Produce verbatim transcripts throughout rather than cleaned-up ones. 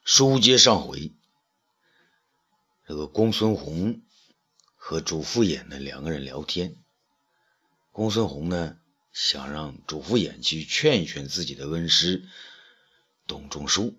书接上回，这个公孙弘和主父偃呢两个人聊天。公孙弘呢想让主父偃去劝劝自己的恩师董仲舒。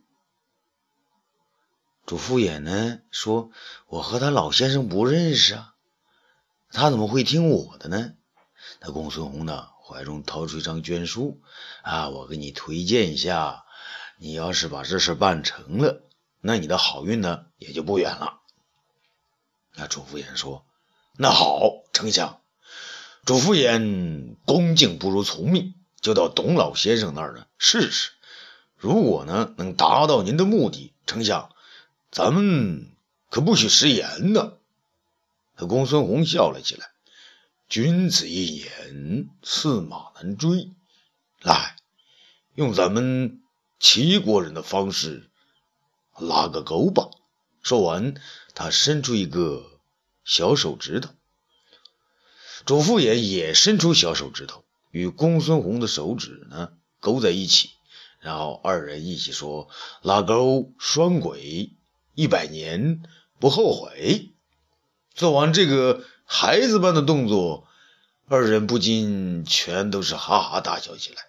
主父偃呢说，我和他老先生不认识啊，他怎么会听我的呢？那公孙弘呢怀中掏出一张绢书啊，我给你推荐一下，你要是把这事办成了，那你的好运呢也就不远了。那主父偃说，那好，丞相。主父偃恭敬不如从命，就到董老先生那儿呢试试，如果呢能达到您的目的，丞相咱们可不许食言呢。那公孙弘笑了起来，君子一言，驷马难追，来，用咱们齐国人的方式拉个钩吧。说完，他伸出一个小手指头。主父偃也伸出小手指头，与公孙弘的手指呢勾在一起，然后二人一起说，拉钩双轨，一百年不后悔。做完这个孩子般的动作，二人不禁全都是哈哈大笑起来。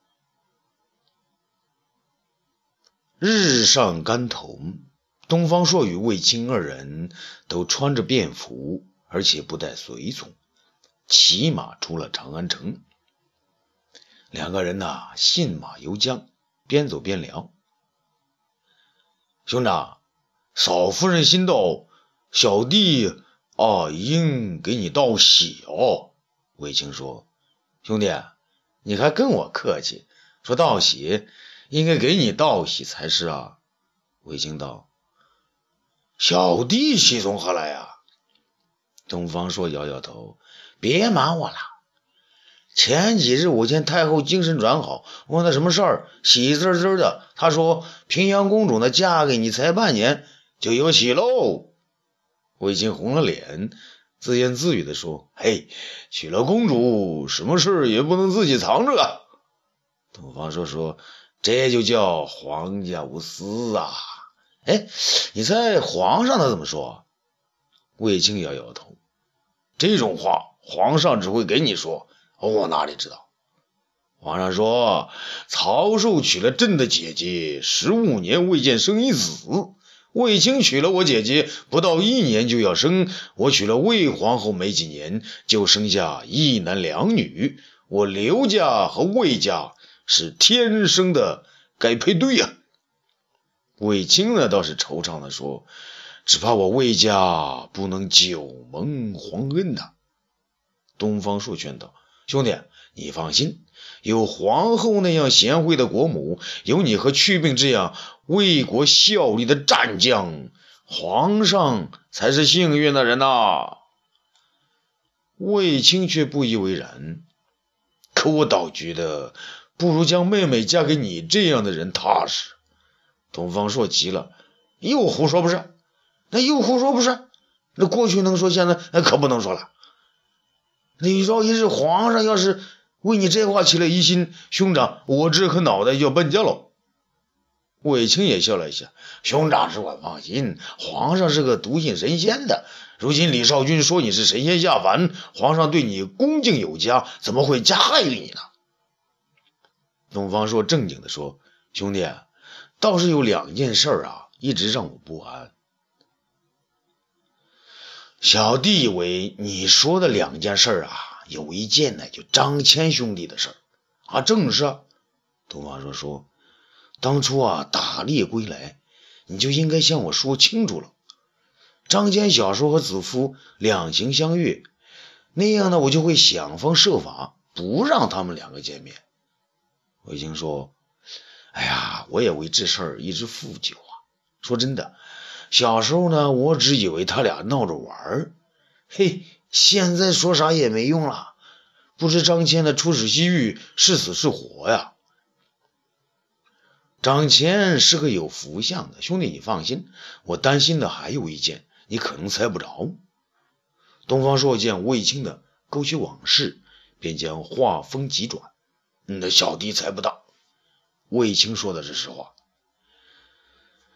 日上竿头，东方朔与卫青二人都穿着便服，而且不带随从，骑马出了长安城。两个人呐信马由缰，边走边聊。兄长，少夫人新到，小弟啊应给你道喜哦。卫青说，兄弟你还跟我客气，说道喜，应该给你道喜才是啊。卫青道，小弟喜从何来啊？东方朔摇摇头，别瞒我了，前几日我见太后精神转好，问他什么事儿，喜滋滋的，他说平阳公主呢嫁给你才半年就有喜喽。卫青红了脸，自言自语地说，嘿，娶了公主什么事也不能自己藏着啊。东方朔说，这就叫皇家无私啊。哎，你猜皇上他怎么说？卫青摇摇头，这种话皇上只会给你说，我哪里知道。皇上说，曹寿娶了朕的姐姐，十五年未见生一子，卫青娶了我姐姐不到一年就要生，我娶了卫皇后没几年就生下一男两女，我刘家和卫家是天生的该配对啊。卫青呢倒是惆怅地说，只怕我卫家不能久蒙皇恩呐。东方朔劝道，兄弟你放心，有皇后那样贤惠的国母，有你和去病这样为国效力的战将，皇上才是幸运的人呐。卫青却不以为然，可我倒觉得不如将妹妹嫁给你这样的人踏实。东方朔急了，又胡说不是，那又胡说不是，那过去能说，现在可不能说了。你说一日皇上要是为你这话起了疑心，兄长我这颗脑袋就要搬家了。卫青也笑了一下，兄长只管放心，皇上是个笃信神仙的，如今李少君说你是神仙下凡，皇上对你恭敬有加，怎么会加害于你呢？东方朔正经地说，兄弟倒是有两件事啊一直让我不安。小弟以为你说的两件事啊，有一件呢就张骞兄弟的事啊，正是啊。东方朔说，当初啊打猎归来，你就应该向我说清楚了。张骞小时候和子夫两情相悦，那样呢我就会想方设法不让他们两个见面。卫青说，哎呀，我也为这事儿一直负疚啊。说真的，小时候呢我只以为他俩闹着玩，嘿，现在说啥也没用了，不知张骞的出使西域是死是活呀。张骞是个有福相的，兄弟你放心，我担心的还有一件，你可能猜不着。东方朔见卫青的勾起往事，便将话锋急转，那小弟猜不到。卫青说的是实话。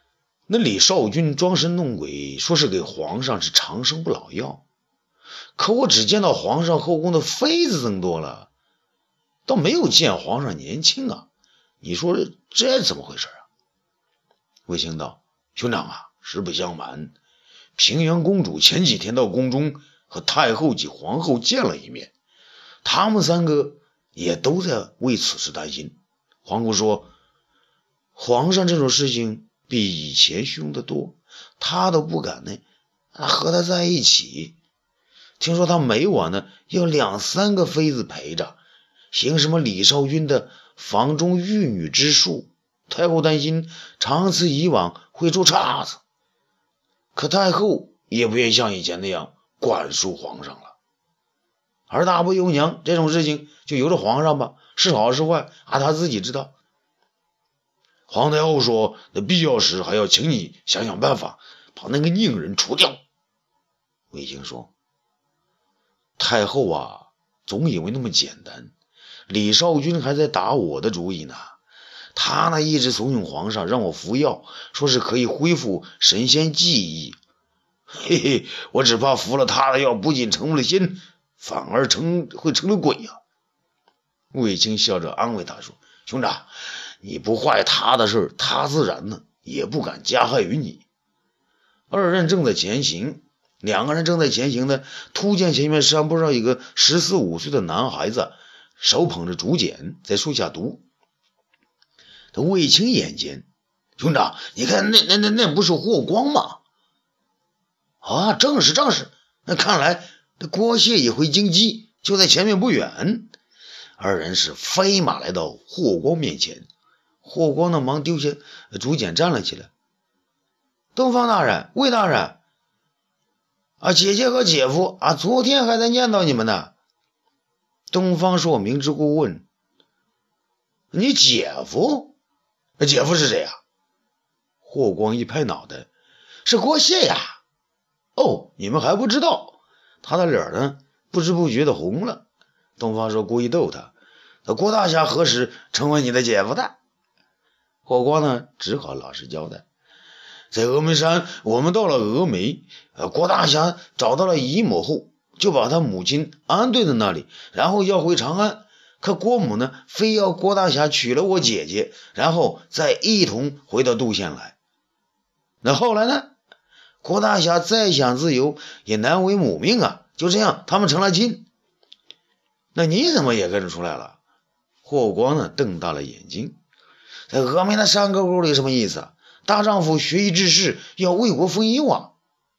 那李少君装神弄鬼，说是给皇上是长生不老药，可我只见到皇上后宫的妃子增多了，倒没有见皇上年轻啊，你说这怎么回事啊？卫青道：兄长啊，实不相瞒，平阳公主前几天到宫中和太后及皇后见了一面，他们三个也都在为此事担心。皇姑说，皇上这种事情比以前凶得多，他都不敢呢和他在一起。听说他每晚呢要两三个妃子陪着，行什么李少君的房中玉女之术，太后担心长此以往会出岔子。可太后也不愿像以前那样管束皇上了。而大不由娘这种事情就由着皇上吧，是好是坏啊，他自己知道。皇太后说，那必要时还要请你想想办法，把那个佞人除掉。卫青说，太后啊，总以为那么简单，李少君还在打我的主意呢。他呢一直怂恿皇上让我服药，说是可以恢复神仙记忆。嘿嘿，我只怕服了他的药，不仅成了仙，反而成会成了鬼呀、啊。卫青笑着安慰他说，兄长，你不坏他的事，他自然呢也不敢加害于你。二人正在前行，两个人正在前行呢，突见前面山坡上一个十四五岁的男孩子，手捧着竹简在树下读。这卫青眼尖，兄长，你看那那那那不是霍光吗？啊，正是正是，那看来这郭谢也会京畿，就在前面不远。二人是飞马来到霍光面前，霍光呢忙丢下竹简站了起来。东方大人，魏大人啊，姐姐和姐夫啊，昨天还在念叨你们呢。东方朔明知故问，你姐夫？姐夫是谁呀、啊？霍光一拍脑袋，是郭谢呀。哦，你们还不知道，他的脸呢不知不觉的红了。东方朔故意逗他，郭大侠何时成为你的姐夫的？霍光呢只好老实交代，在峨眉山，我们到了峨眉，呃，郭大侠找到了姨母后，就把他母亲安顿在那里，然后要回长安。可郭母呢非要郭大侠娶了我姐姐，然后再一同回到杜县来。那后来呢，郭大侠再想自由也难为母命啊，就这样他们成了亲。那你怎么也跟着出来了？霍光呢瞪大了眼睛，在峨眉的山沟沟里什么意思？大丈夫学艺治世，要为国分忧啊。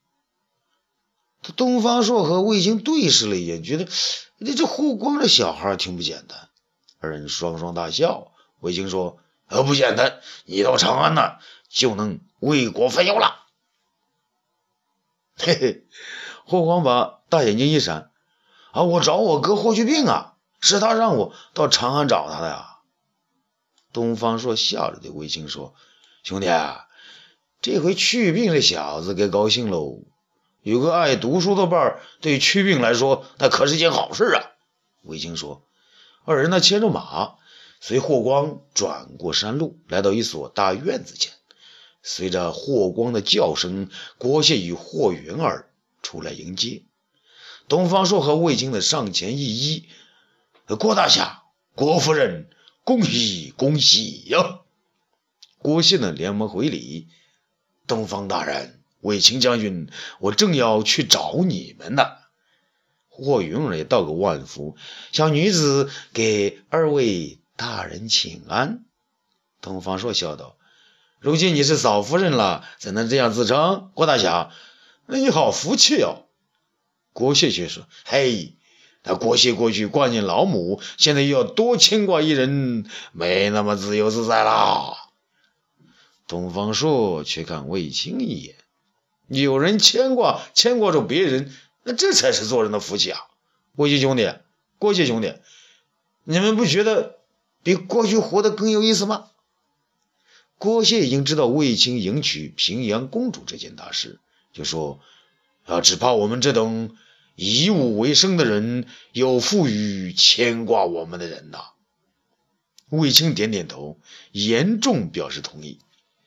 东方朔和卫青对视了一眼，觉得这霍光这小孩挺不简单。二人双双大笑。卫青说，呃，不简单，你到长安呢就能为国分忧了。嘿嘿，霍光把大眼睛一闪，啊，我找我哥霍去病啊，是他让我到长安找他的呀。东方朔笑着对卫青说，兄弟啊，这回去病这小子该高兴喽，有个爱读书的伴儿，对去病来说那可是件好事啊。卫青说，二人呢牵着马，随霍光转过山路，来到一所大院子前。随着霍光的叫声，郭谢与霍云儿出来迎接。东方朔和卫青的上前一揖，郭大侠，郭夫人，恭喜恭喜呀！郭谢呢连忙回礼，东方大人，卫青将军，我正要去找你们呢。霍云儿也道个万福，小女子给二位大人请安。东方朔笑道，如今你是嫂夫人了，怎能这样自称？郭大侠，那你好福气哦。郭谢却说，嘿，那郭谢过去挂念老母，现在又要多牵挂一人，没那么自由自在啦。东方朔却看卫青一眼，有人牵挂牵挂着别人，那这才是做人的福气啊。卫青兄弟，郭谢兄弟，你们不觉得比过去活得更有意思吗？郭谢已经知道卫青迎娶平阳公主这件大事，就说，啊，只怕我们这等以武为生的人有负于牵挂我们的人呐。卫青点点头，严重表示同意。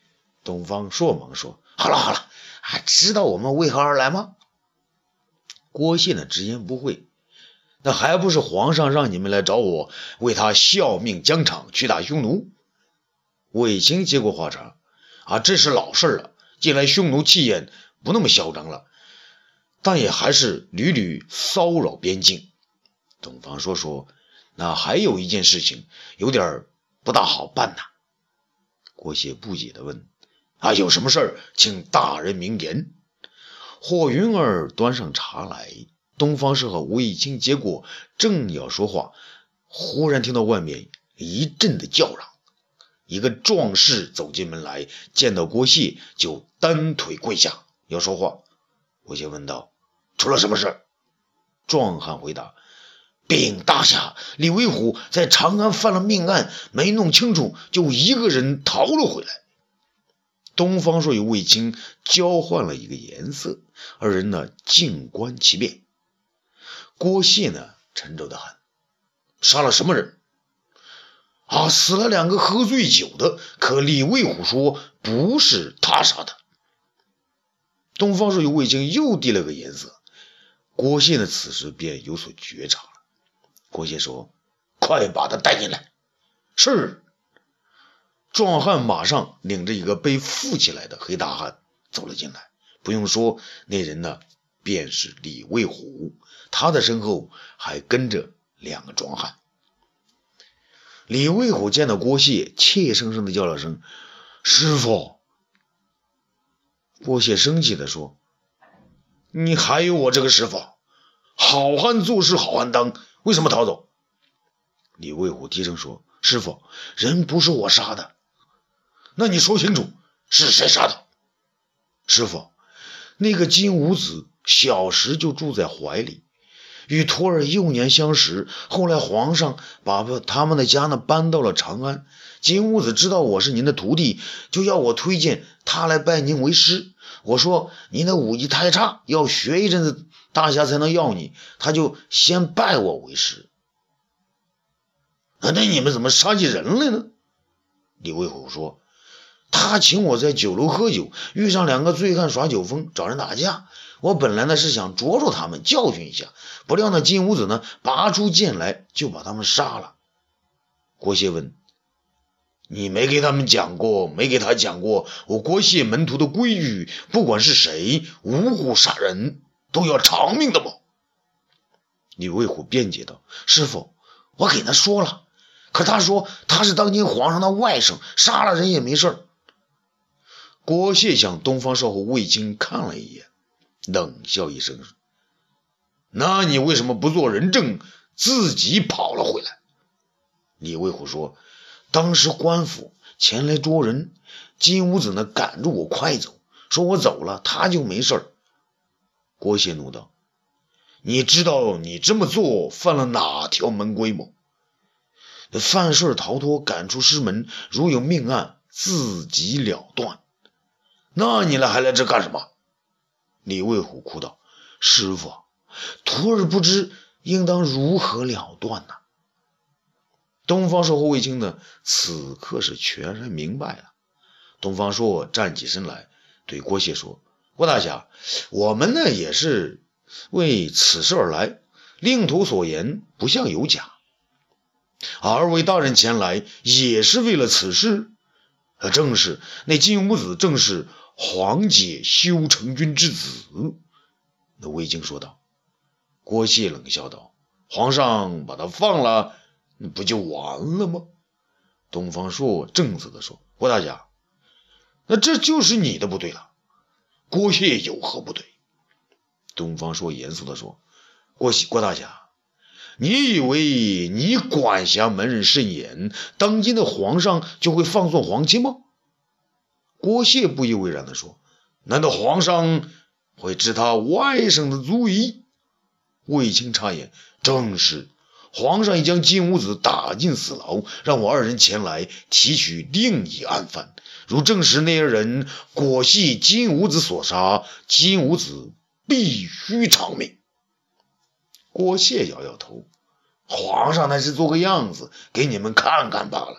东方朔忙说：“好了好了，还知道我们为何而来吗？”郭谢呢直言不讳：“那还不是皇上让你们来找我，为他效命疆场，驱打匈奴。”卫青接过话茬：“啊，这是老事了，近来匈奴气焰不那么嚣张了，但也还是屡屡骚扰边境。”东方朔说：“那还有一件事情有点不大好办呐。”郭谢不解地问：“啊，有什么事儿，请大人明言。”霍云儿端上茶来，东方朔和卫青接过，正要说话，忽然听到外面一阵的叫嚷，一个壮士走进门来，见到郭谢就单腿跪下要说话。郭谢问道：“出了什么事？”壮汉回答：“禀大侠，李为虎在长安犯了命案，没弄清楚，就一个人逃了回来。”东方朔与卫青交换了一个颜色，二人呢静观其变。郭谢呢沉着的很：“杀了什么人？”“啊，死了两个喝醉酒的，可李为虎说不是他杀的。”东方朔与卫青又递了个颜色，郭谢呢此时便有所觉察了。郭谢说：“快把他带进来。”“是。”壮汉马上领着一个被扶起来的黑大汉走了进来。不用说，那人呢便是李为虎，他的身后还跟着两个壮汉。李为虎见到郭谢，怯生生的叫了声：“师傅。”郭谢生气的说：“你还有我这个师傅？好汉做事好汉当，为什么逃走？”李为虎低声说：“师傅，人不是我杀的。”“那你说清楚是谁杀的？”“师傅，那个金吾子小时就住在怀里，与徒儿幼年相识，后来皇上把他们的家呢搬到了长安。金吾子知道我是您的徒弟，就要我推荐他来拜您为师。我说您的武艺太差，要学一阵子大侠才能要你，他就先拜我为师。”“那你们怎么杀起人来呢？”李为虎说：“他请我在酒楼喝酒，遇上两个醉汉耍酒疯，找人打架。我本来呢是想捉住他们，教训一下，不料那金吾子呢拔出剑来，就把他们杀了。”郭谢问：“你没给他们讲过，没给他讲过我郭谢门徒的规矩，不管是谁无故杀人都要偿命的吗？”李为虎辩解道：“师傅，我给他说了，可他说他是当今皇上的外甥，杀了人也没事。”郭谢向东方朔和卫青看了一眼，冷笑一声：“那你为什么不做人证，自己跑了回来？”李为虎说：“当时官府前来捉人，金吾子呢赶住我快走，说我走了他就没事。”郭谢怒道：“你知道你这么做犯了哪条门规吗？犯事逃脱，赶出师门，如有命案，自己了断。那你来还来这干什么？”李为虎哭道：“师傅，徒儿不知应当如何了断呢？”东方朔和卫青呢此刻是全然明白了。东方朔站起身来对郭谢说：“郭大侠，我们呢也是为此事而来，令徒所言不像有假。二位大人前来也是为了此事。正是那金吾子正是皇姐修成君之子。”那卫青说道。郭谢冷笑道：“皇上把他放了，不就完了吗？”东方朔正色地说：“郭大侠，那这就是你的不对了。郭谢有何不对？”东方朔严肃地说：“郭郭大侠，你以为你管辖门人甚严，当今的皇上就会放纵皇亲吗？”郭谢不以为然地说：“难道皇上会治他外甥的罪？”卫青插言：“正是，皇上已将金吾子打进死牢，让我二人前来提取另一案犯。如证实那二人果系金吾子所杀，金吾子必须偿命。”郭谢摇摇头：“皇上那是做个样子给你们看看罢了，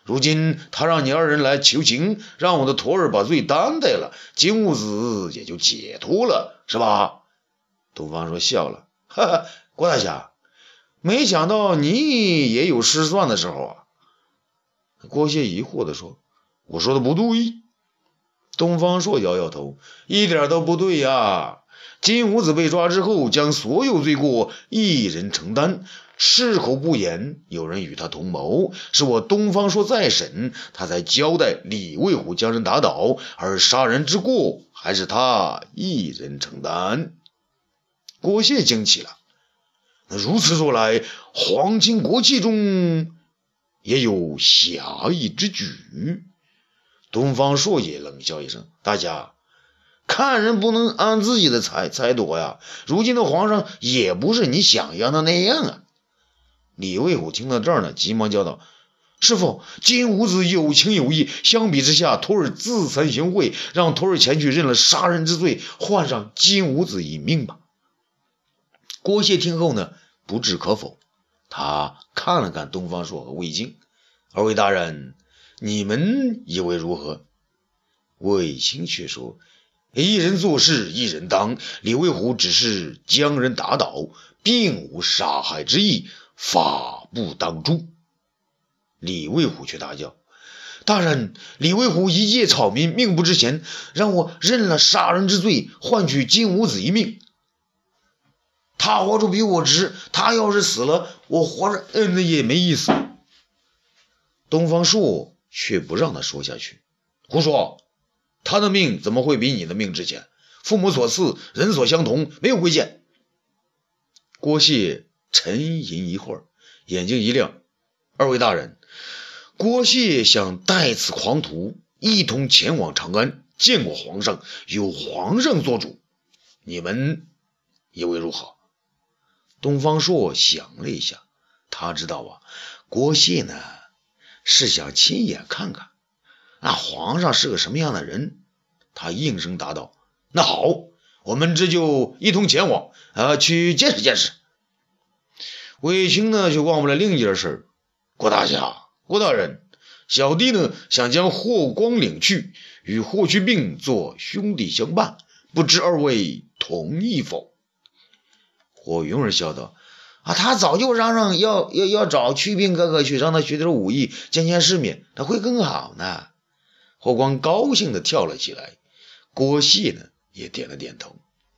如今他让你二人来求情，让我的徒儿把罪担待了，金吾子也就解脱了，是吧？东方朔笑了，哈哈，郭大侠，没想到你也有失算的时候啊。郭谢疑惑地说，我说的不对。东方朔摇摇头，一点都不对呀。金吾子被抓之后，将所有罪过一人承担，矢口不言，有人与他同谋，是我东方朔在审，他才交代李卫虎将人打倒，而杀人之过还是他一人承担。郭谢惊奇了，那如此说来，皇亲国戚中也有侠义之举。东方朔也冷笑一声，大家看人不能按自己的猜猜度呀，如今的皇上也不是你想象的那样啊。李卫虎听到这儿呢，急忙叫道，师父，金吾子有情有义，相比之下，徒儿自惭形秽，让徒儿前去认了杀人之罪，换上金吾子一命吧。郭谢听后呢，不置可否，他看了看东方朔和魏晋，二位大人，你们以为如何？魏青却说，一人做事一人当，李卫虎只是将人打倒，并无杀害之意，法不当诛。李卫虎却大叫，大人，李卫虎一介草民，命不值钱，让我认了杀人之罪，换取金吾子一命。他活着比我值，他要是死了，我活着嗯，那也没意思。东方朔却不让他说下去，胡说，他的命怎么会比你的命值钱？父母所赐，人所相同，没有贵贱。郭谢沉吟一会儿，眼睛一亮，二位大人，郭谢想带此狂徒一同前往长安，见过皇上，由皇上做主，你们以为如何？东方朔想了一下，他知道啊，郭谢呢是想亲眼看看那皇上是个什么样的人。他应声答道，那好，我们这就一同前往啊，去见识见识。卫青呢就忘不了另一件事，郭大侠，郭大人，小弟呢想将霍光领去，与霍去病做兄弟相伴，不知二位同意否？霍云儿笑道，啊，他早就嚷嚷要要要找去病哥哥去，让他学点武艺，见见世面，他会更好呢。霍光高兴地跳了起来，郭谢呢也点了点头。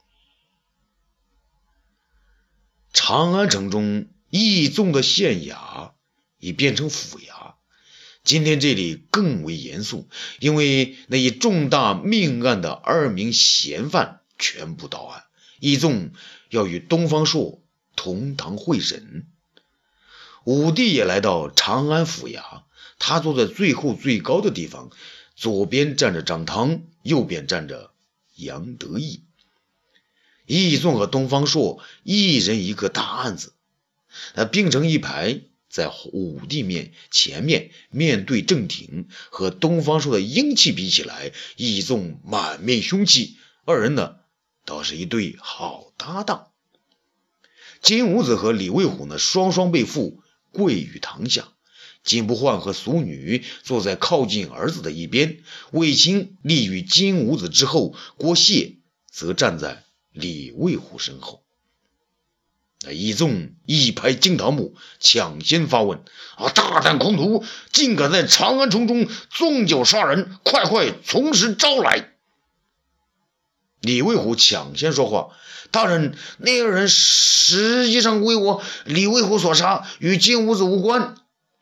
长安城中义纵的县衙已变成府衙，今天这里更为严肃，因为那一重大命案的二名嫌犯全部到案，义纵要与东方朔同堂会审。武帝也来到长安府衙，他坐在最后最高的地方，左边站着张汤，右边站着杨得意。义纵和东方朔一人一个大案子，那并成一排，在武帝面前面面对正廷，和东方朔的英气比起来，义纵满面凶气，二人呢倒是一对好搭档。金吾子和李卫虎呢双双被缚，跪于堂下。金不换和俗女坐在靠近儿子的一边，卫青立于金吾子之后，郭谢则站在李卫虎身后。那义纵一拍惊堂木，抢先发问，啊，大胆狂徒，竟敢在长安城中纵脚杀人，快快从实招来。李卫虎抢先说话，大人，那个人实际上为我李卫虎所杀，与金吾子无关。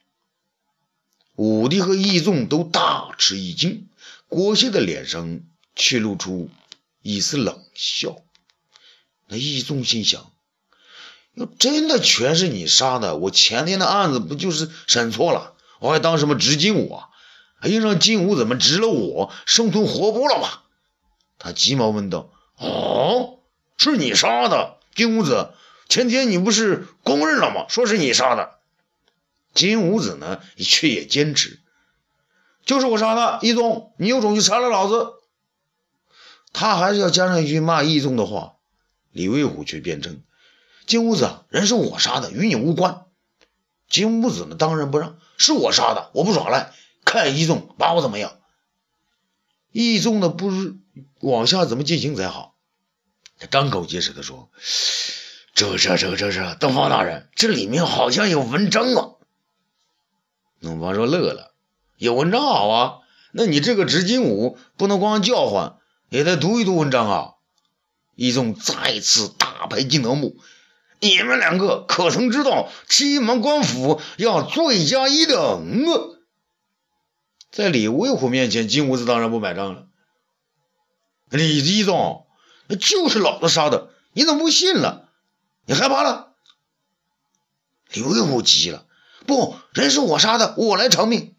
武帝和义纵都大吃一惊，郭谢的脸上却露出一丝冷笑。那义纵心想，要真的全是你杀的，我前天的案子不就是审错了，我还当什么执金吾啊？哎呀，让金吾怎么执了我，生吞活剥了吧？他急忙问道，哦，是你杀的？金吾子，前天你不是公认了吗？说是你杀的。金吾子呢却也坚持，就是我杀的，义纵，你有种就杀了老子。他还是要加上一句骂义纵的话。李卫虎却辩称，金吾子，人是我杀的，与你无关。 金吾子呢当仁不让，是我杀的，我不耍赖，看义宗把我怎么样。义宗呢不知往下怎么进行才好，他张口结舌地说：这这这这这东方大人，这里面好像有文章啊。东方说乐了，有文章好啊，那你这个执金吾不能光叫唤，也得读一读文章啊。义宗再次大拍惊堂木，你们两个可曾知道欺瞒官府要罪加一等啊？在李卫虎面前，金吾子当然不买账了。李义宗，就是老子杀的，你怎么不信了？你害怕了？李卫虎急了，不，人是我杀的，我来偿命。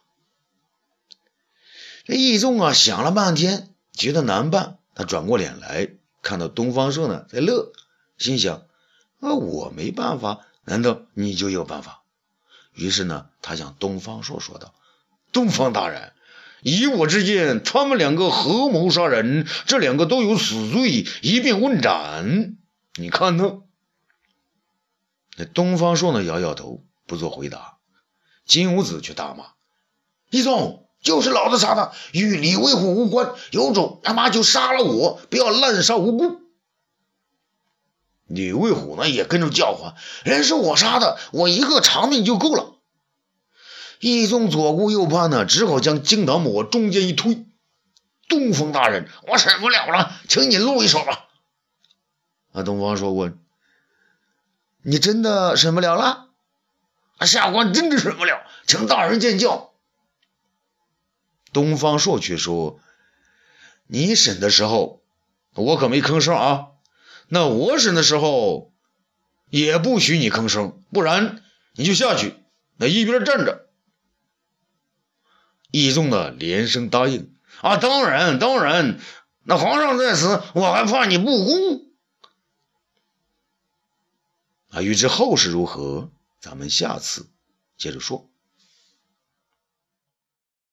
这义宗啊想了半天，觉得难办，他转过脸来，看到东方朔呢在乐，心想啊，我没办法，难道你就有办法？于是呢，他向东方朔说道：东方大人，以我之见，他们两个合谋杀人，这两个都有死罪，一并问斩，你看呢？那东方朔呢摇摇头，不做回答。金吾子却大骂：义宗，就是老子杀的，与李卫虎无关，有种他妈就杀了我，不要滥杀无辜。李卫虎呢也跟着叫唤：人是我杀的，我一个偿命就够了。义宗左顾右盼呢，只好将惊堂木往中间一推：东方大人，我忍不了了，请你露一手吧。啊，东方朔问：你真的忍不了了？啊，下官真的忍不了，请大人见教。东方朔却说：你审的时候我可没吭声啊，那我审的时候也不许你吭声，不然你就下去，那一边站着。义宗呢连声答应：啊，当然当然，那皇上在此，我还怕你不公啊。欲知后事如何，咱们下次接着说。